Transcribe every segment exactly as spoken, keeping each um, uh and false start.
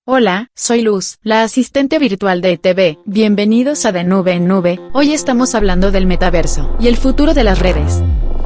Hola, soy Luz, la asistente virtual de E T V. Bienvenidos a De Nube en Nube. Hoy estamos hablando del metaverso y el futuro de las redes.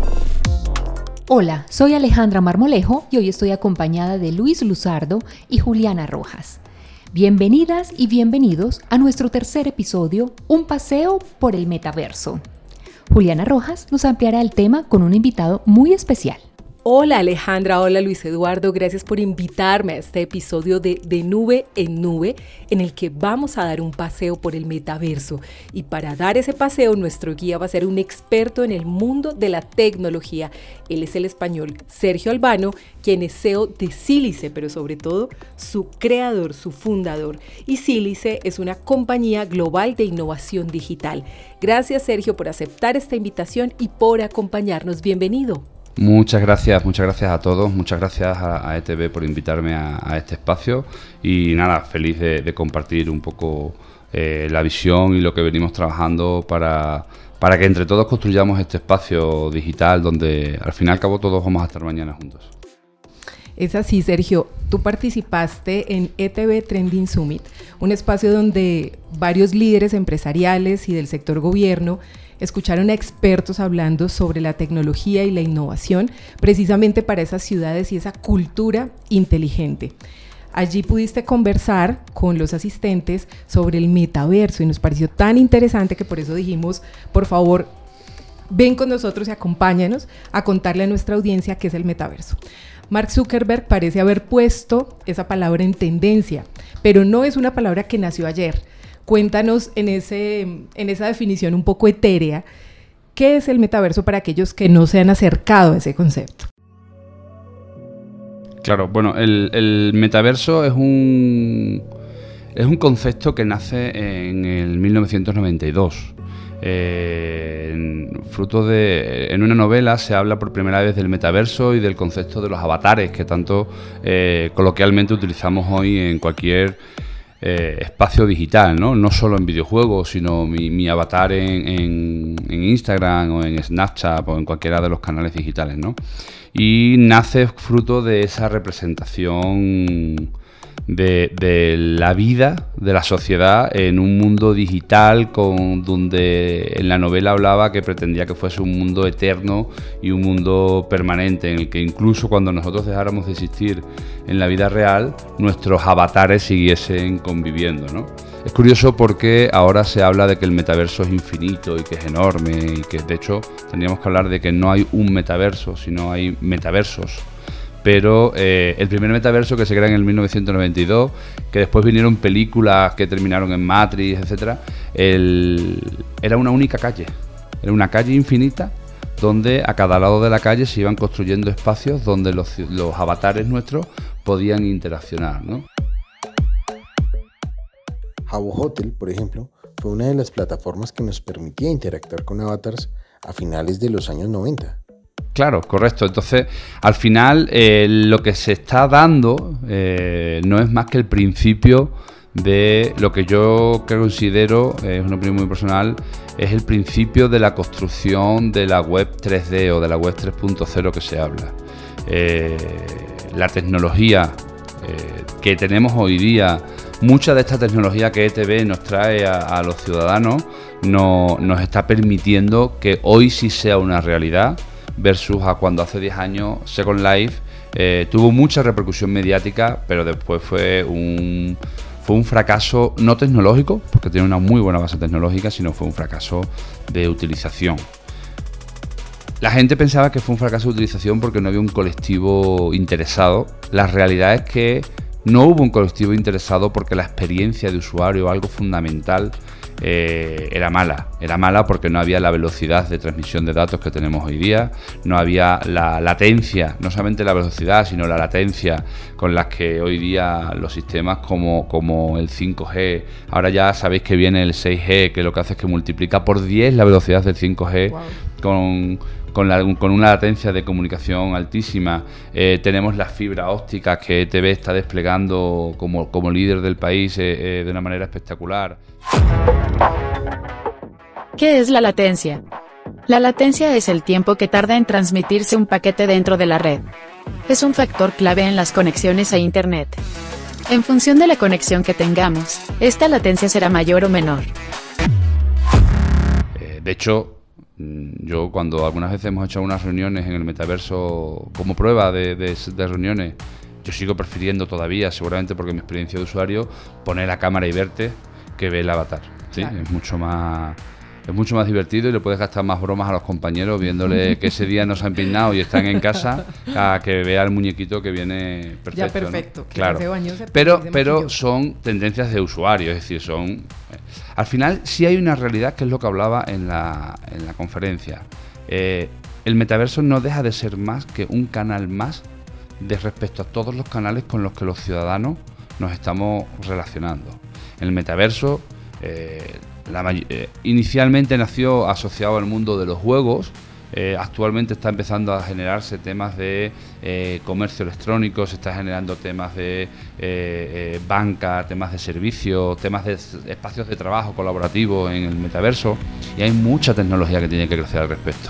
Hola, soy Alejandra Marmolejo y hoy estoy acompañada de Luis Luzardo y Juliana Rojas. Bienvenidas y bienvenidos a nuestro tercer episodio, Un paseo por el metaverso. Juliana Rojas nos ampliará el tema con un invitado muy especial. Hola Alejandra, hola Luis Eduardo, gracias por invitarme a este episodio de De Nube en Nube, en el que vamos a dar un paseo por el metaverso. Y para dar ese paseo, nuestro guía va a ser un experto en el mundo de la tecnología. Él es el español Sergio Albano, quien es C E O de Sílice, pero sobre todo su creador, su fundador. Y Sílice es una compañía global de innovación digital. Gracias Sergio por aceptar esta invitación y por acompañarnos. Bienvenido. Muchas gracias, muchas gracias a todos, muchas gracias a, a E T V por invitarme a, a este espacio y nada, feliz de, de compartir un poco eh, la visión y lo que venimos trabajando para, para que entre todos construyamos este espacio digital donde al fin y al cabo todos vamos a estar mañana juntos. Es así, Sergio, tú participaste en E T V Trending Summit, un espacio donde varios líderes empresariales y del sector gobierno escucharon a expertos hablando sobre la tecnología y la innovación precisamente para esas ciudades y esa cultura inteligente. Allí pudiste conversar con los asistentes sobre el metaverso y nos pareció tan interesante que por eso dijimos, por favor, ven con nosotros y acompáñanos a contarle a nuestra audiencia qué es el metaverso. Mark Zuckerberg parece haber puesto esa palabra en tendencia, pero no es una palabra que nació ayer. Cuéntanos en, ese, en esa definición un poco etérea, ¿qué es el metaverso para aquellos que no se han acercado a ese concepto? Claro, bueno, el, el metaverso es un, es un concepto que nace en el mil novecientos noventa y dos. Eh, en, fruto de, en una novela se habla por primera vez del metaverso y del concepto de los avatares que tanto eh, coloquialmente utilizamos hoy en cualquier Eh, espacio digital, ¿no? No solo en videojuegos, sino mi, mi avatar en, en, en Instagram o en Snapchat o en cualquiera de los canales digitales, ¿no? Y nace fruto de esa representación de, de la vida de la sociedad en un mundo digital con, donde en la novela hablaba que pretendía que fuese un mundo eterno y un mundo permanente en el que incluso cuando nosotros dejáramos de existir en la vida real, nuestros avatares siguiesen conviviendo, ¿no? Es curioso porque ahora se habla de que el metaverso es infinito y que es enorme y que de hecho tendríamos que hablar de que no hay un metaverso, sino hay metaversos. Pero eh, el primer metaverso que se crea en el mil novecientos noventa y dos, que después vinieron películas que terminaron en Matrix, etcétera, el, era una única calle, era una calle infinita donde a cada lado de la calle se iban construyendo espacios donde los, los avatares nuestros podían interaccionar, ¿no? Habbo Hotel, por ejemplo, fue una de las plataformas que nos permitía interactuar con avatars a finales de los años noventa. Claro, correcto. Entonces, al final, eh, lo que se está dando eh, no es más que el principio de lo que yo considero, es eh, una opinión muy personal, es el principio de la construcción de la web tres D o de la web tres punto cero que se habla. Eh, la tecnología eh, que tenemos hoy día, mucha de esta tecnología que E T V nos trae a, a los ciudadanos, no, nos está permitiendo que hoy sí sea una realidad, versus a cuando hace diez años Second Life eh, tuvo mucha repercusión mediática, pero después fue un, fue un fracaso no tecnológico, porque tiene una muy buena base tecnológica, sino fue un fracaso de utilización. La gente pensaba que fue un fracaso de utilización porque no había un colectivo interesado. La realidad es que no hubo un colectivo interesado porque la experiencia de usuario, algo fundamental, Eh, era mala, era mala porque no había la velocidad de transmisión de datos que tenemos hoy día, no había la latencia, no solamente la velocidad, sino la latencia con las que hoy día los sistemas como, como el cinco G, ahora ya sabéis que viene el seis G, que lo que hace es que multiplica por diez la velocidad del cinco G. Wow. con... Con, la, con una latencia de comunicación altísima. Eh, tenemos las fibras ópticas que E T V está desplegando como, como líder del país eh, eh, de una manera espectacular. ¿Qué es la latencia? La latencia es el tiempo que tarda en transmitirse un paquete dentro de la red. Es un factor clave en las conexiones a Internet. En función de la conexión que tengamos, esta latencia será mayor o menor. Eh, de hecho, yo cuando algunas veces hemos hecho unas reuniones en el metaverso como prueba de, de, de reuniones, yo sigo prefiriendo todavía, seguramente porque mi experiencia de usuario, poner la cámara y verte que ver el avatar. ¿Sí? Claro. Es mucho más... Es mucho más divertido y le puedes gastar más bromas a los compañeros viéndole que ese día no se han peinado y están en casa a que vea el muñequito que viene perfecto. Ya perfecto. ¿No? Claro. Pero, pero son tendencias de usuario, es decir, son... Al final sí hay una realidad que es lo que hablaba en la, en la conferencia. Eh, el metaverso no deja de ser más que un canal más de respecto a todos los canales con los que los ciudadanos nos estamos relacionando. En el metaverso... Eh, La, eh, inicialmente nació asociado al mundo de los juegos, eh, actualmente está empezando a generarse temas de eh, comercio electrónico, se está generando temas de eh, eh, banca, temas de servicios, temas de espacios de trabajo colaborativo en el metaverso, y hay mucha tecnología que tiene que crecer al respecto.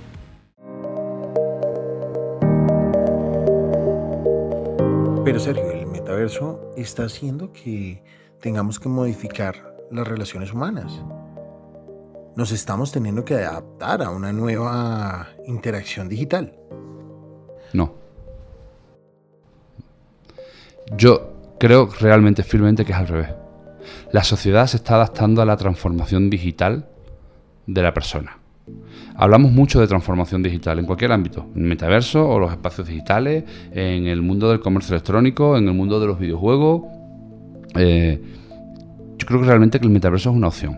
Pero Sergio, el metaverso está haciendo que tengamos que modificar las relaciones humanas. Nos estamos teniendo que adaptar a una nueva interacción digital. No. Yo creo realmente, firmemente que es al revés. La sociedad se está adaptando a la transformación digital de la persona. Hablamos mucho de transformación digital en cualquier ámbito, en el metaverso o los espacios digitales, en el mundo del comercio electrónico, en el mundo de los videojuegos. Eh, Yo creo que realmente que el metaverso es una opción.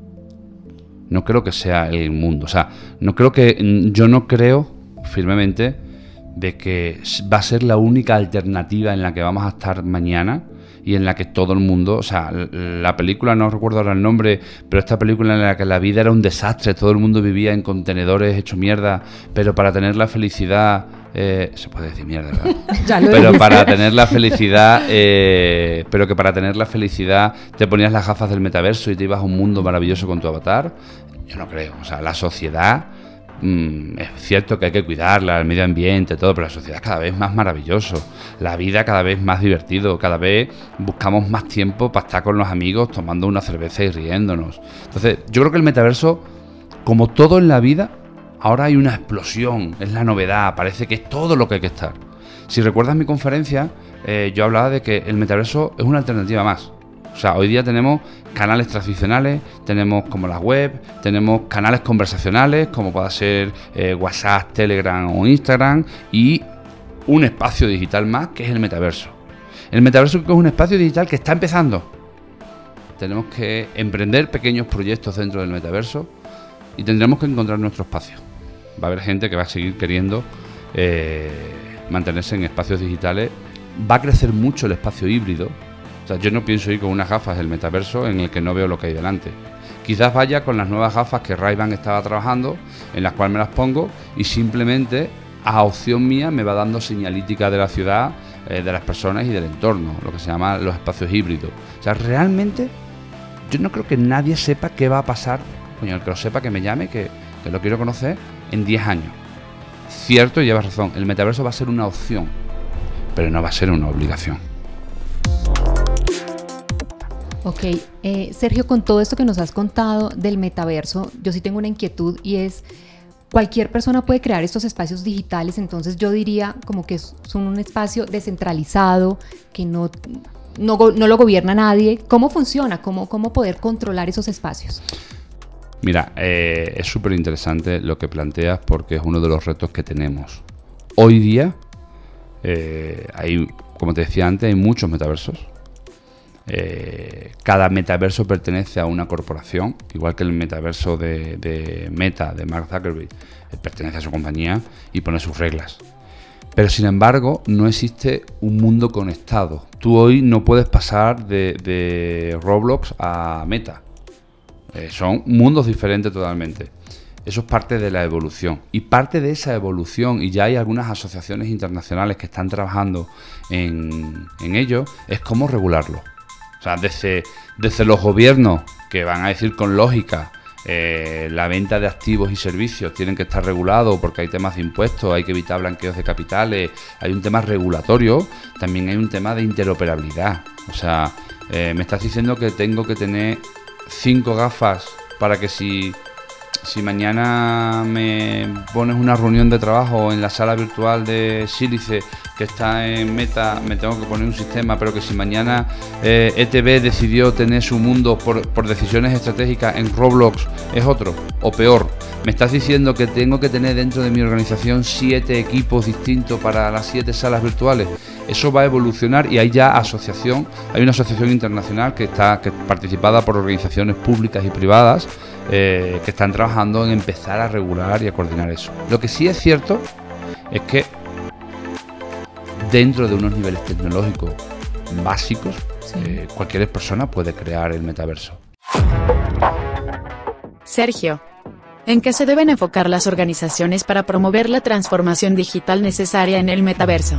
No creo que sea el mundo. O sea, no creo que. Yo no creo firmemente de que va a ser la única alternativa en la que vamos a estar mañana y en la que todo el mundo. O sea, la película, no recuerdo ahora el nombre, pero esta película en la que la vida era un desastre, todo el mundo vivía en contenedores hecho mierda, pero para tener la felicidad. Eh, se puede decir mierda, ¿verdad? Ya lo pero para tener la felicidad, eh, pero que para tener la felicidad te ponías las gafas del metaverso y te ibas a un mundo maravilloso con tu avatar. Yo no creo. O sea, la sociedad, mmm, es cierto que hay que cuidarla, el medio ambiente, todo, pero la sociedad es cada vez más maravilloso, la vida cada vez más divertido, cada vez buscamos más tiempo para estar con los amigos tomando una cerveza y riéndonos. Entonces, yo creo que el metaverso, como todo en la vida, ahora hay una explosión, es la novedad, parece que es todo lo que hay que estar. Si recuerdas mi conferencia, eh, yo hablaba de que el metaverso es una alternativa más. O sea, hoy día tenemos canales tradicionales, tenemos como la web, tenemos canales conversacionales, como pueda ser eh, WhatsApp, Telegram o Instagram, y un espacio digital más, que es el metaverso. El metaverso es un espacio digital que está empezando. Tenemos que emprender pequeños proyectos dentro del metaverso y tendremos que encontrar nuestro espacio. Va a haber gente que va a seguir queriendo eh, mantenerse en espacios digitales. Va a crecer mucho el espacio híbrido. O sea, yo no pienso ir con unas gafas del metaverso en el que no veo lo que hay delante. Quizás vaya con las nuevas gafas que Ray-Ban estaba trabajando, en las cuales me las pongo y simplemente a opción mía me va dando señalítica de la ciudad, eh, de las personas y del entorno, lo que se llama los espacios híbridos. O sea, realmente yo no creo que nadie sepa qué va a pasar. Coño, el que lo sepa que me llame, que, que lo quiero conocer en diez años. Cierto, y llevas razón, el metaverso va a ser una opción, pero no va a ser una obligación. Ok, eh, Sergio, con todo esto que nos has contado del metaverso, yo sí tengo una inquietud y es, cualquier persona puede crear estos espacios digitales, entonces yo diría como que son un espacio descentralizado, que no, no, no lo gobierna nadie. ¿Cómo funciona? ¿Cómo, cómo poder controlar esos espacios? Mira, eh, es súper interesante lo que planteas porque es uno de los retos que tenemos. Hoy día, eh, hay, como te decía antes, hay muchos metaversos. Eh, cada metaverso pertenece a una corporación, igual que el metaverso de, de Meta, de Mark Zuckerberg, eh, pertenece a su compañía y pone sus reglas. Pero sin embargo, no existe un mundo conectado. Tú hoy no puedes pasar de, de Roblox a Meta. Eh, son mundos diferentes totalmente. Eso es parte de la evolución. Y parte de esa evolución, y ya hay algunas asociaciones internacionales que están trabajando en, en ello, es cómo regularlo. O sea, desde, desde los gobiernos, que van a decir con lógica, Eh, la venta de activos y servicios tienen que estar regulados porque hay temas de impuestos, hay que evitar blanqueos de capitales, hay un tema regulatorio, también hay un tema de interoperabilidad. O sea, eh, me estás diciendo que tengo que tener cinco gafas para que si, si mañana me pones una reunión de trabajo en la sala virtual de Sílice que está en Meta, me tengo que poner un sistema, pero que si mañana eh, E T B decidió tener su mundo por, por decisiones estratégicas en Roblox, es otro, o peor. Me estás diciendo que tengo que tener dentro de mi organización siete equipos distintos para las siete salas virtuales. Eso va a evolucionar y hay ya asociación, hay una asociación internacional que está que participada por organizaciones públicas y privadas eh, que están trabajando en empezar a regular y a coordinar eso. Lo que sí es cierto es que dentro de unos niveles tecnológicos básicos, sí. eh, cualquier persona puede crear el metaverso. Sergio, ¿en qué se deben enfocar las organizaciones para promover la transformación digital necesaria en el metaverso?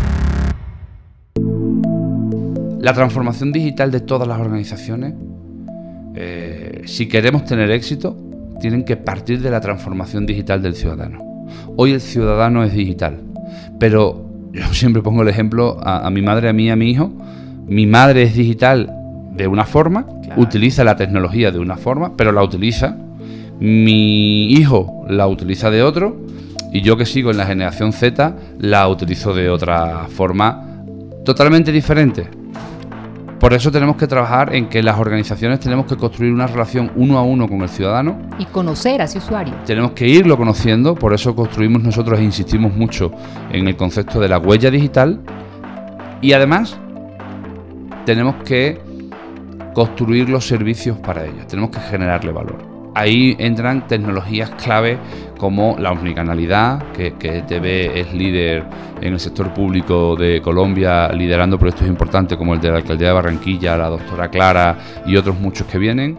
La transformación digital de todas las organizaciones, eh, si queremos tener éxito, tienen que partir de la transformación digital del ciudadano. Hoy el ciudadano es digital, pero yo siempre pongo el ejemplo a, a mi madre, a mí y a mi hijo. Mi madre es digital de una forma, claro. Utiliza la tecnología de una forma, pero la utiliza. Mi hijo la utiliza de otro y yo, que sigo en la generación Z, la utilizo de otra forma totalmente diferente. Por eso tenemos que trabajar en que las organizaciones tenemos que construir una relación uno a uno con el ciudadano. Y conocer a ese usuario. Tenemos que irlo conociendo, por eso construimos nosotros e insistimos mucho en el concepto de la huella digital. Y además, tenemos que construir los servicios para ellos, tenemos que generarle valor. Ahí entran tecnologías clave como la omnicanalidad, que, que E T B es líder en el sector público de Colombia, liderando proyectos importantes como el de la Alcaldía de Barranquilla, la doctora Clara y otros muchos que vienen.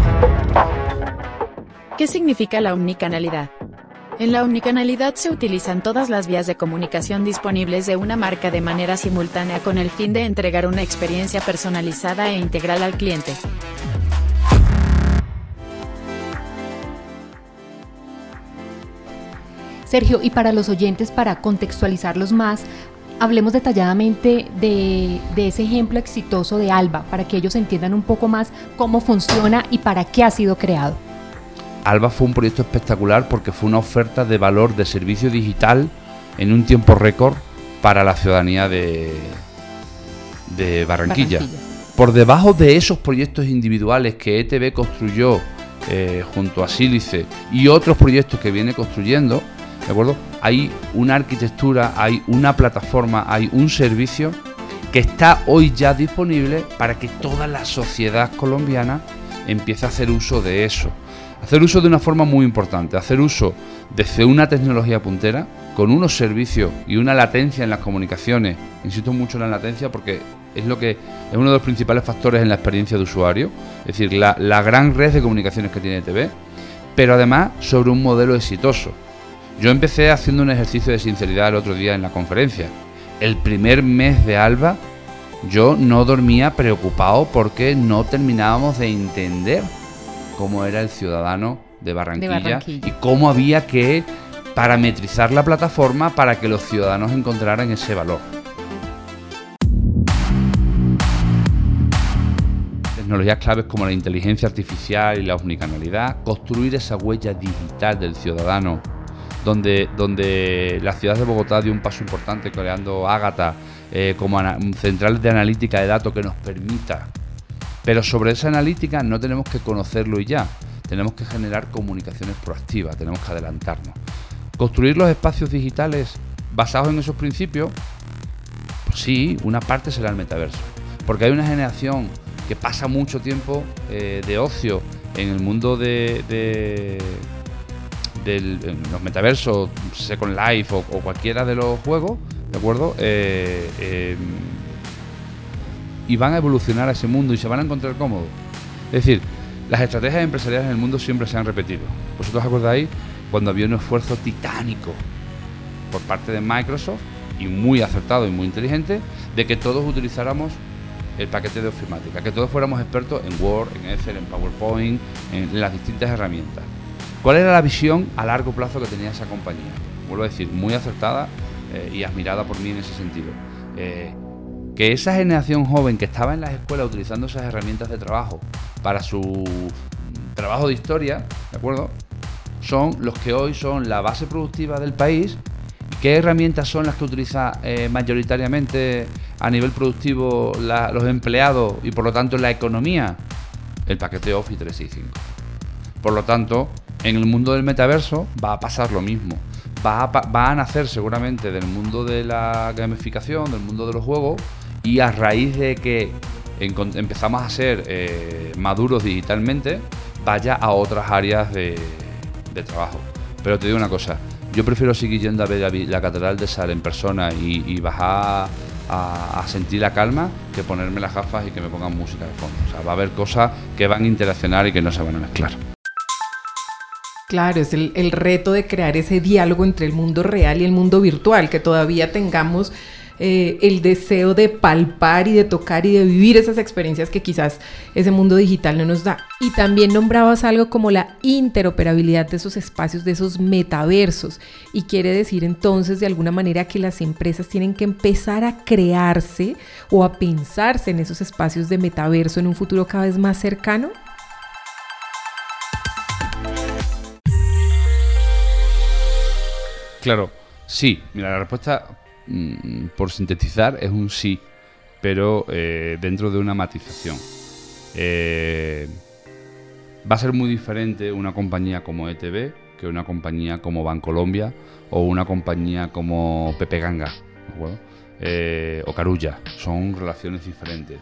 ¿Qué significa la omnicanalidad? En la omnicanalidad se utilizan todas las vías de comunicación disponibles de una marca de manera simultánea con el fin de entregar una experiencia personalizada e integral al cliente. Sergio, y para los oyentes, para contextualizarlos más, hablemos detalladamente de, de ese ejemplo exitoso de Alba, para que ellos entiendan un poco más cómo funciona y para qué ha sido creado. Alba fue un proyecto espectacular porque fue una oferta de valor de servicio digital en un tiempo récord para la ciudadanía de, de Barranquilla. Barranquilla. Por debajo de esos proyectos individuales que E T B construyó eh, junto a Sílice y otros proyectos que viene construyendo, ¿de acuerdo? Hay una arquitectura, hay una plataforma, hay un servicio que está hoy ya disponible para que toda la sociedad colombiana empiece a hacer uso de eso. Hacer uso de una forma muy importante, hacer uso desde una tecnología puntera, con unos servicios y una latencia en las comunicaciones. Insisto mucho en la latencia porque es lo que es uno de los principales factores en la experiencia de usuario, es decir, la, la gran red de comunicaciones que tiene E T B, pero además sobre un modelo exitoso. Yo empecé haciendo un ejercicio de sinceridad el otro día en la conferencia. El primer mes de Alba yo no dormía preocupado porque no terminábamos de entender cómo era el ciudadano de Barranquilla, de Barranquilla y cómo había que parametrizar la plataforma para que los ciudadanos encontraran ese valor. Tecnologías claves como la inteligencia artificial y la omnicanalidad, construir esa huella digital del ciudadano, donde, donde la ciudad de Bogotá dio un paso importante creando Ágata eh, como ana- central de analítica de datos que nos permita. Pero sobre esa analítica no tenemos que conocerlo y ya, tenemos que generar comunicaciones proactivas, tenemos que adelantarnos. Construir los espacios digitales basados en esos principios, pues sí, una parte será el metaverso, porque hay una generación que pasa mucho tiempo eh, de ocio en el mundo de, de, de en los metaversos, Second Life o, o cualquiera de los juegos, ¿de acuerdo? Eh, eh, y van a evolucionar a ese mundo y se van a encontrar cómodos. Es decir, las estrategias empresariales en el mundo siempre se han repetido. ¿Vosotros acordáis cuando había un esfuerzo titánico por parte de Microsoft, y muy acertado y muy inteligente, de que todos utilizáramos el paquete de ofimática, que todos fuéramos expertos en Word, en Excel, en PowerPoint, en las distintas herramientas. ¿Cuál era la visión a largo plazo que tenía esa compañía? Vuelvo a decir, muy acertada eh, y admirada por mí en ese sentido. Eh, que esa generación joven que estaba en las escuelas utilizando esas herramientas de trabajo para su trabajo de historia, ¿de acuerdo?, son los que hoy son la base productiva del país. ¿Qué herramientas son las que utiliza eh, mayoritariamente a nivel productivo la, los empleados y por lo tanto la economía? El paquete Office trescientos sesenta y cinco. Por lo tanto, en el mundo del metaverso va a pasar lo mismo. Va a, va a nacer seguramente del mundo de la gamificación, del mundo de los juegos, y a raíz de que en, empezamos a ser eh, maduros digitalmente, vaya a otras áreas de, de trabajo. Pero te digo una cosa, yo prefiero seguir yendo a ver la, la Catedral de Sal en persona y, y bajar a, a sentir la calma que ponerme las gafas y que me pongan música de fondo. O sea, va a haber cosas que van a interaccionar y que no se van a mezclar. Claro, es el, el reto de crear ese diálogo entre el mundo real y el mundo virtual, que todavía tengamos eh, el deseo de palpar y de tocar y de vivir esas experiencias que quizás ese mundo digital no nos da. Y también nombrabas algo como la interoperabilidad de esos espacios, de esos metaversos, y quiere decir entonces de alguna manera que las empresas tienen que empezar a crearse o a pensarse en esos espacios de metaverso en un futuro cada vez más cercano. Claro, sí. Mira, la respuesta, mmm, por sintetizar, es un sí, pero eh, dentro de una matización. Eh, va a ser muy diferente una compañía como E T V que una compañía como Bancolombia o una compañía como Pepe Ganga, ¿de acuerdo? Eh, o Carulla. Son relaciones diferentes.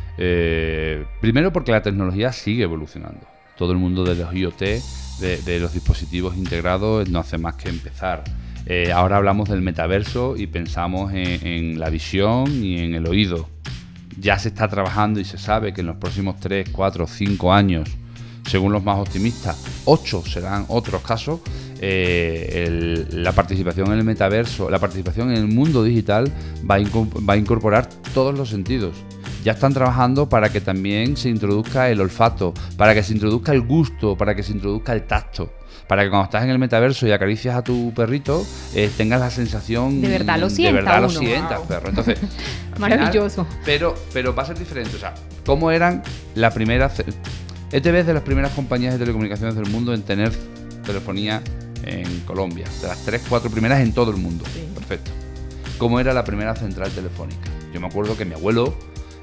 Eh, primero porque la tecnología sigue evolucionando. Todo el mundo de los IoT, de, de los dispositivos integrados, no hace más que empezar. Eh, ahora hablamos del metaverso y pensamos en, en la visión y en el oído. Ya se está trabajando y se sabe que en los próximos tres, cuatro, cinco años, según los más optimistas, ocho serán otros casos, eh, el, la participación en el metaverso, la participación en el mundo digital va a, inco- va a incorporar todos los sentidos. Ya están trabajando para que también se introduzca el olfato, para que se introduzca el gusto, para que se introduzca el tacto, para que cuando estás en el metaverso y acaricias a tu perrito, eh, tengas la sensación de verdad lo sienta de verdad uno. lo sientas, wow. Perro. Entonces, maravilloso. Final, pero, pero va a ser diferente. O sea, ¿cómo eran la primera? E T V es de las primeras compañías de telecomunicaciones del mundo en tener telefonía en Colombia, de las tres, cuatro primeras en todo el mundo. Sí. Perfecto. ¿Cómo era la primera central telefónica? Yo me acuerdo que mi abuelo,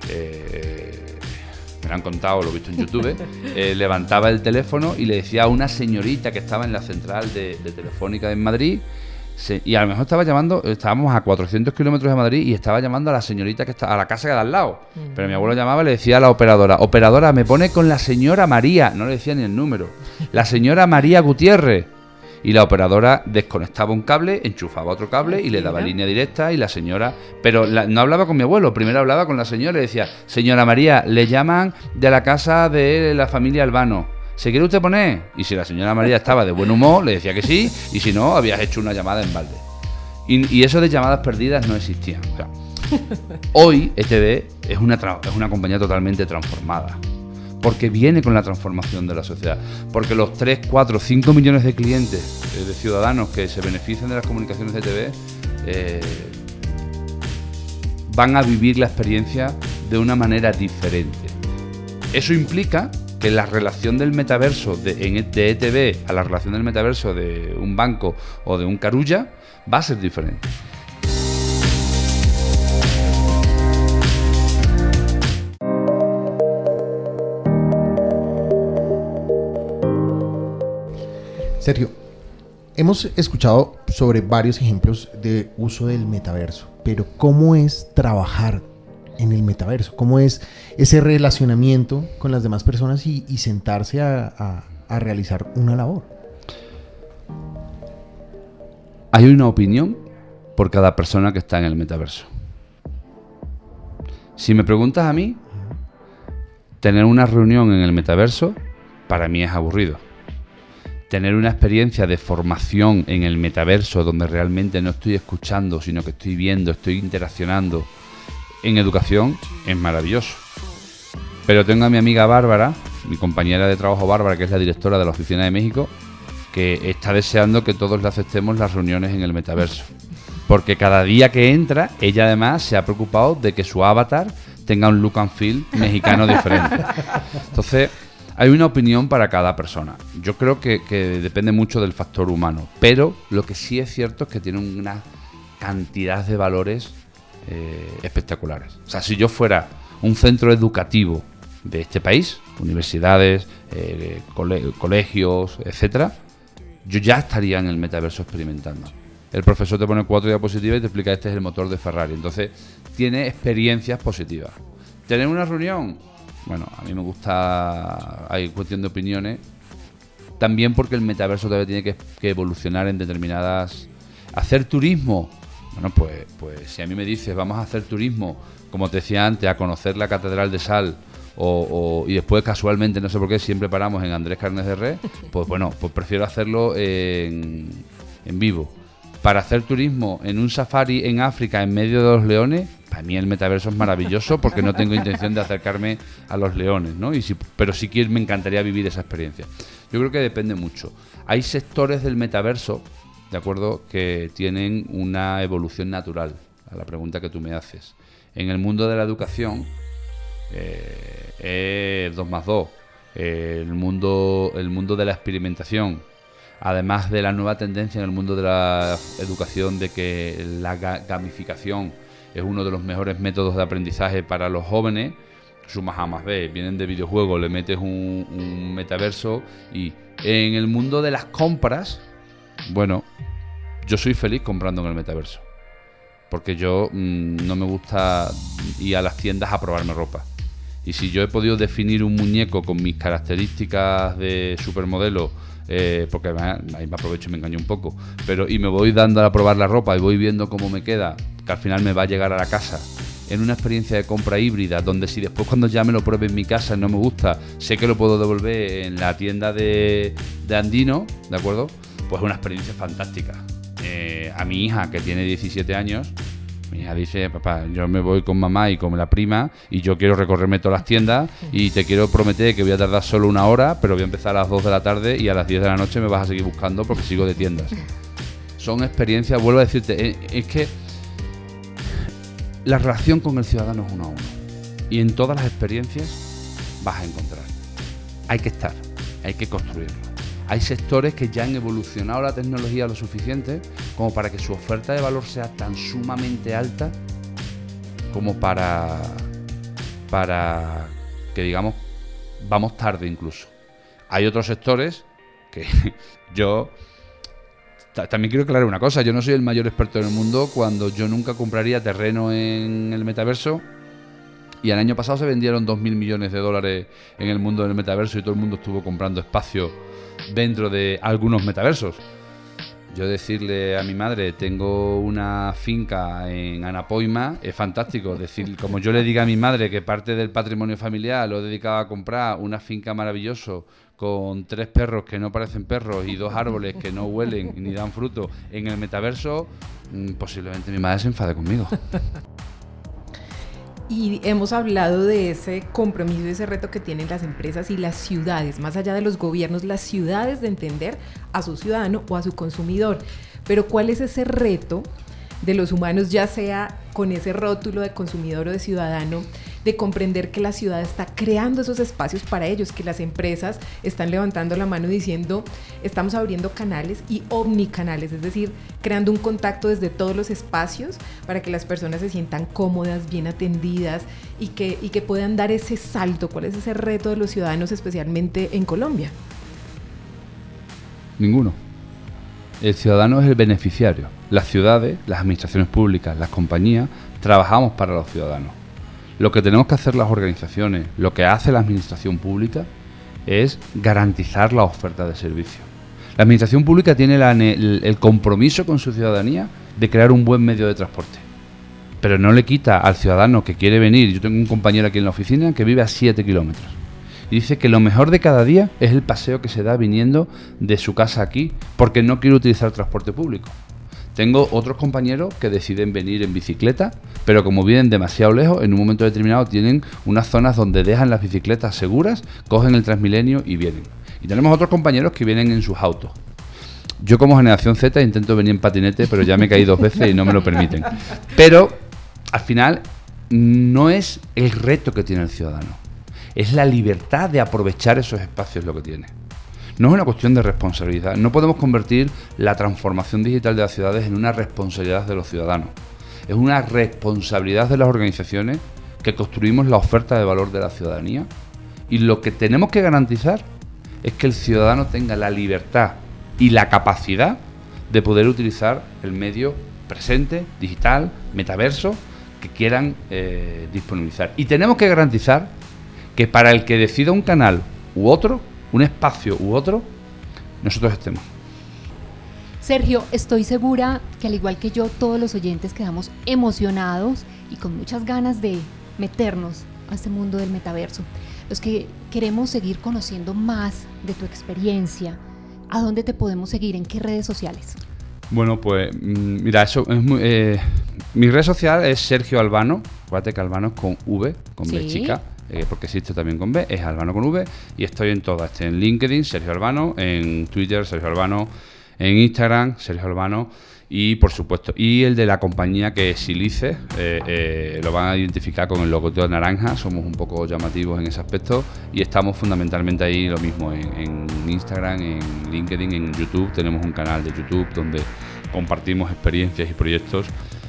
eh, me lo han contado, lo he visto en YouTube, eh, levantaba el teléfono y le decía a una señorita que estaba en la central de, de Telefónica en Madrid, se, y a lo mejor estaba llamando, estábamos a cuatrocientos kilómetros de Madrid y estaba llamando a la señorita que está a la casa que da al lado. Uh-huh. Pero mi abuelo llamaba y le decía a la operadora, operadora, me pone con la señora María, no le decía ni el número, la señora María Gutiérrez. Y la operadora desconectaba un cable, enchufaba otro cable y le daba línea directa y la señora... Pero la, no hablaba con mi abuelo, primero hablaba con la señora y decía, señora María, le llaman de la casa de la familia Albano. ¿Se quiere usted poner? Y si la señora María estaba de buen humor, le decía que sí, y si no, habías hecho una llamada en balde. Y, y eso de llamadas perdidas no existía. O sea, hoy E T V es una, tra- es una compañía totalmente transformada. Porque viene con la transformación de la sociedad, porque los tres, cuatro, cinco millones de clientes, eh, de ciudadanos que se benefician de las comunicaciones de E T V, eh, van a vivir la experiencia de una manera diferente. Eso implica que la relación del metaverso de, en, de E T V a la relación del metaverso de un banco o de un Carulla va a ser diferente. Sergio, hemos escuchado sobre varios ejemplos de uso del metaverso, pero ¿cómo es trabajar en el metaverso? ¿Cómo es ese relacionamiento con las demás personas y, y sentarse a, a, a realizar una labor? Hay una opinión por cada persona que está en el metaverso. Si me preguntas a mí, tener una reunión en el metaverso para mí es aburrido. Tener una experiencia de formación en el metaverso donde realmente no estoy escuchando, sino que estoy viendo, estoy interaccionando en educación, es maravilloso. Pero tengo a mi amiga Bárbara, mi compañera de trabajo Bárbara, que es la directora de la Oficina de México, que está deseando que todos le aceptemos las reuniones en el metaverso. Porque cada día que entra, ella además se ha preocupado de que su avatar tenga un look and feel mexicano diferente. Entonces, hay una opinión para cada persona. Yo creo que, que depende mucho del factor humano, pero lo que sí es cierto es que tiene una cantidad de valores eh, espectaculares. O sea, si yo fuera un centro educativo de este país, universidades, eh, cole- colegios, etcétera, yo ya estaría en el metaverso experimentando. El profesor te pone cuatro diapositivas y te explica este es el motor de Ferrari. Entonces, tiene experiencias positivas. ¿Tener una reunión? Bueno, a mí me gusta, hay cuestión de opiniones, también porque el metaverso todavía tiene que, que evolucionar en determinadas... ¿Hacer turismo? Bueno, pues, pues si a mí me dices, vamos a hacer turismo, como te decía antes, a conocer la Catedral de Sal, o, o y después casualmente, no sé por qué, siempre paramos en Andrés Carnes de Res, pues bueno, pues prefiero hacerlo en, en vivo. Para hacer turismo en un safari en África en medio de los leones, para mí el metaverso es maravilloso porque no tengo intención de acercarme a los leones, ¿no? Y si, pero sí que me encantaría vivir esa experiencia. Yo creo que depende mucho. Hay sectores del metaverso, de acuerdo, que tienen una evolución natural, a la pregunta que tú me haces. En el mundo de la educación, eh, es dos más dos. Eh, el mundo, el mundo de la experimentación, además de la nueva tendencia en el mundo de la educación de que la gamificación es uno de los mejores métodos de aprendizaje para los jóvenes, sumas A más B, vienen de videojuegos, le metes un, un metaverso. Y en el mundo de las compras, bueno, yo soy feliz comprando en el metaverso, porque yo mmm, no me gusta ir a las tiendas a probarme ropa. Y si yo he podido definir un muñeco con mis características de supermodelo, eh, porque además, ahí me aprovecho y me engaño un poco, pero y me voy dando a probar la ropa y voy viendo cómo me queda, que al final me va a llegar a la casa, en una experiencia de compra híbrida, donde si después cuando ya me lo pruebe en mi casa no me gusta, sé que lo puedo devolver en la tienda de, de Andino, ¿de acuerdo? Pues es una experiencia fantástica. Eh, a mi hija, que tiene diecisiete años, mi hija dice, papá, yo me voy con mamá y con la prima y yo quiero recorrerme todas las tiendas y te quiero prometer que voy a tardar solo una hora, pero voy a empezar a las dos de la tarde y a las diez de la noche me vas a seguir buscando porque sigo de tiendas. Son experiencias, vuelvo a decirte, es, es que la relación con el ciudadano es uno a uno y en todas las experiencias vas a encontrar. Hay que estar, hay que construirlo. Hay sectores que ya han evolucionado la tecnología lo suficiente como para que su oferta de valor sea tan sumamente alta como para, para que digamos, vamos tarde incluso. Hay otros sectores que yo t- también quiero aclarar una cosa, yo no soy el mayor experto del mundo cuando yo nunca compraría terreno en el metaverso. Y el año pasado se vendieron dos mil millones de dólares en el mundo del metaverso y todo el mundo estuvo comprando espacio dentro de algunos metaversos. Yo decirle a mi madre, tengo una finca en Anapoima, es fantástico. Decir, como yo le diga a mi madre que parte del patrimonio familiar lo he dedicado a comprar una finca maravilloso con tres perros que no parecen perros y dos árboles que no huelen ni dan fruto en el metaverso, posiblemente mi madre se enfade conmigo. Y hemos hablado de ese compromiso, de ese reto que tienen las empresas y las ciudades, más allá de los gobiernos, las ciudades, de entender a su ciudadano o a su consumidor. Pero ¿cuál es ese reto de los humanos, ya sea con ese rótulo de consumidor o de ciudadano, de comprender que la ciudad está creando esos espacios para ellos, que las empresas están levantando la mano diciendo estamos abriendo canales y omnicanales, es decir, creando un contacto desde todos los espacios para que las personas se sientan cómodas, bien atendidas y que, y que puedan dar ese salto? ¿Cuál es ese reto de los ciudadanos, especialmente en Colombia? Ninguno. El ciudadano es el beneficiario. Las ciudades, las administraciones públicas, las compañías, trabajamos para los ciudadanos. Lo que tenemos que hacer las organizaciones, lo que hace la administración pública, es garantizar la oferta de servicio. La administración pública tiene la, el, el compromiso con su ciudadanía de crear un buen medio de transporte, pero no le quita al ciudadano que quiere venir. Yo tengo un compañero aquí en la oficina que vive a siete kilómetros y dice que lo mejor de cada día es el paseo que se da viniendo de su casa aquí porque no quiere utilizar transporte público. Tengo otros compañeros que deciden venir en bicicleta, pero como vienen demasiado lejos, en un momento determinado tienen unas zonas donde dejan las bicicletas seguras, cogen el Transmilenio y vienen. Y tenemos otros compañeros que vienen en sus autos. Yo como generación Z intento venir en patinete, pero ya me caí dos veces y no me lo permiten. Pero al final no es el reto que tiene el ciudadano, es la libertad de aprovechar esos espacios lo que tiene. No es una cuestión de responsabilidad. No podemos convertir la transformación digital de las ciudades en una responsabilidad de los ciudadanos. Es una responsabilidad de las organizaciones que construimos la oferta de valor de la ciudadanía, y lo que tenemos que garantizar es que el ciudadano tenga la libertad y la capacidad de poder utilizar el medio presente, digital, metaverso, que quieran eh, disponibilizar. Y tenemos que garantizar que para el que decida un canal u otro, un espacio u otro, nosotros estemos. Sergio, estoy segura que al igual que yo, todos los oyentes quedamos emocionados y con muchas ganas de meternos a este mundo del metaverso. Los que queremos seguir conociendo más de tu experiencia, ¿a dónde te podemos seguir? ¿En qué redes sociales? Bueno, pues mira, eso es muy, eh, mi red social es Sergio Albano. Acuérdate que Albano es con V, con B chica. Eh, porque existe también con B, es Albano con V, y estoy en todas. Estoy en LinkedIn, Sergio Albano, en Twitter, Sergio Albano, en Instagram, Sergio Albano, y por supuesto, y el de la compañía que es Silice, eh, eh, lo van a identificar con el logotipo naranja, somos un poco llamativos en ese aspecto, y estamos fundamentalmente ahí lo mismo, en, en Instagram, en LinkedIn, en YouTube. Tenemos un canal de YouTube donde compartimos experiencias y proyectos.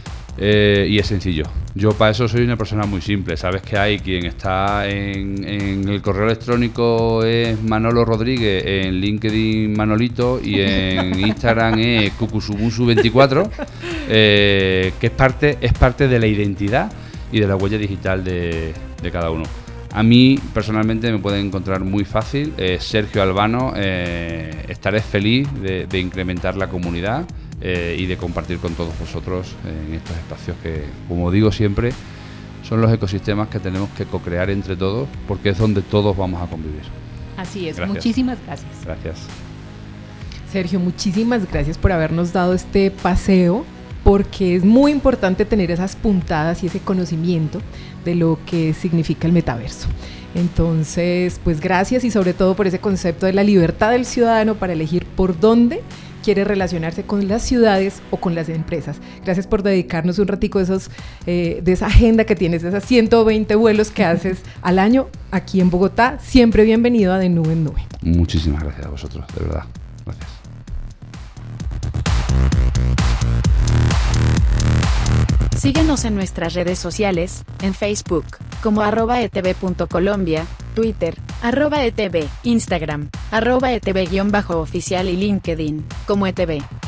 Eh, y es sencillo. Yo para eso soy una persona muy simple. Sabes que hay quien está en, en el correo electrónico es Manolo Rodríguez, en LinkedIn Manolito y en Instagram es Cucusubusu veinticuatro, eh, que es parte, es parte de la identidad y de la huella digital de, de cada uno. A mí personalmente me pueden encontrar muy fácil, eh, Sergio Albano. eh, estaré feliz de, de incrementar la comunidad Eh, y de compartir con todos vosotros en estos espacios que, como digo siempre, son los ecosistemas que tenemos que co-crear entre todos, porque es donde todos vamos a convivir. Así es, gracias. Muchísimas gracias. Gracias. Sergio, muchísimas gracias por habernos dado este paseo, porque es muy importante tener esas puntadas y ese conocimiento de lo que significa el metaverso. Entonces, pues gracias, y sobre todo por ese concepto de la libertad del ciudadano para elegir por dónde quiere relacionarse con las ciudades o con las empresas. Gracias por dedicarnos un ratico de, esos, eh, de esa agenda que tienes, de esas ciento veinte vuelos que haces al año aquí en Bogotá. Siempre bienvenido a De Nube en Nube. Muchísimas gracias a vosotros, de verdad. Gracias. Síguenos en nuestras redes sociales, en Facebook, como arroba etv.colombia, Twitter, arroba etv, Instagram, arroba etv-oficial y LinkedIn, como etv.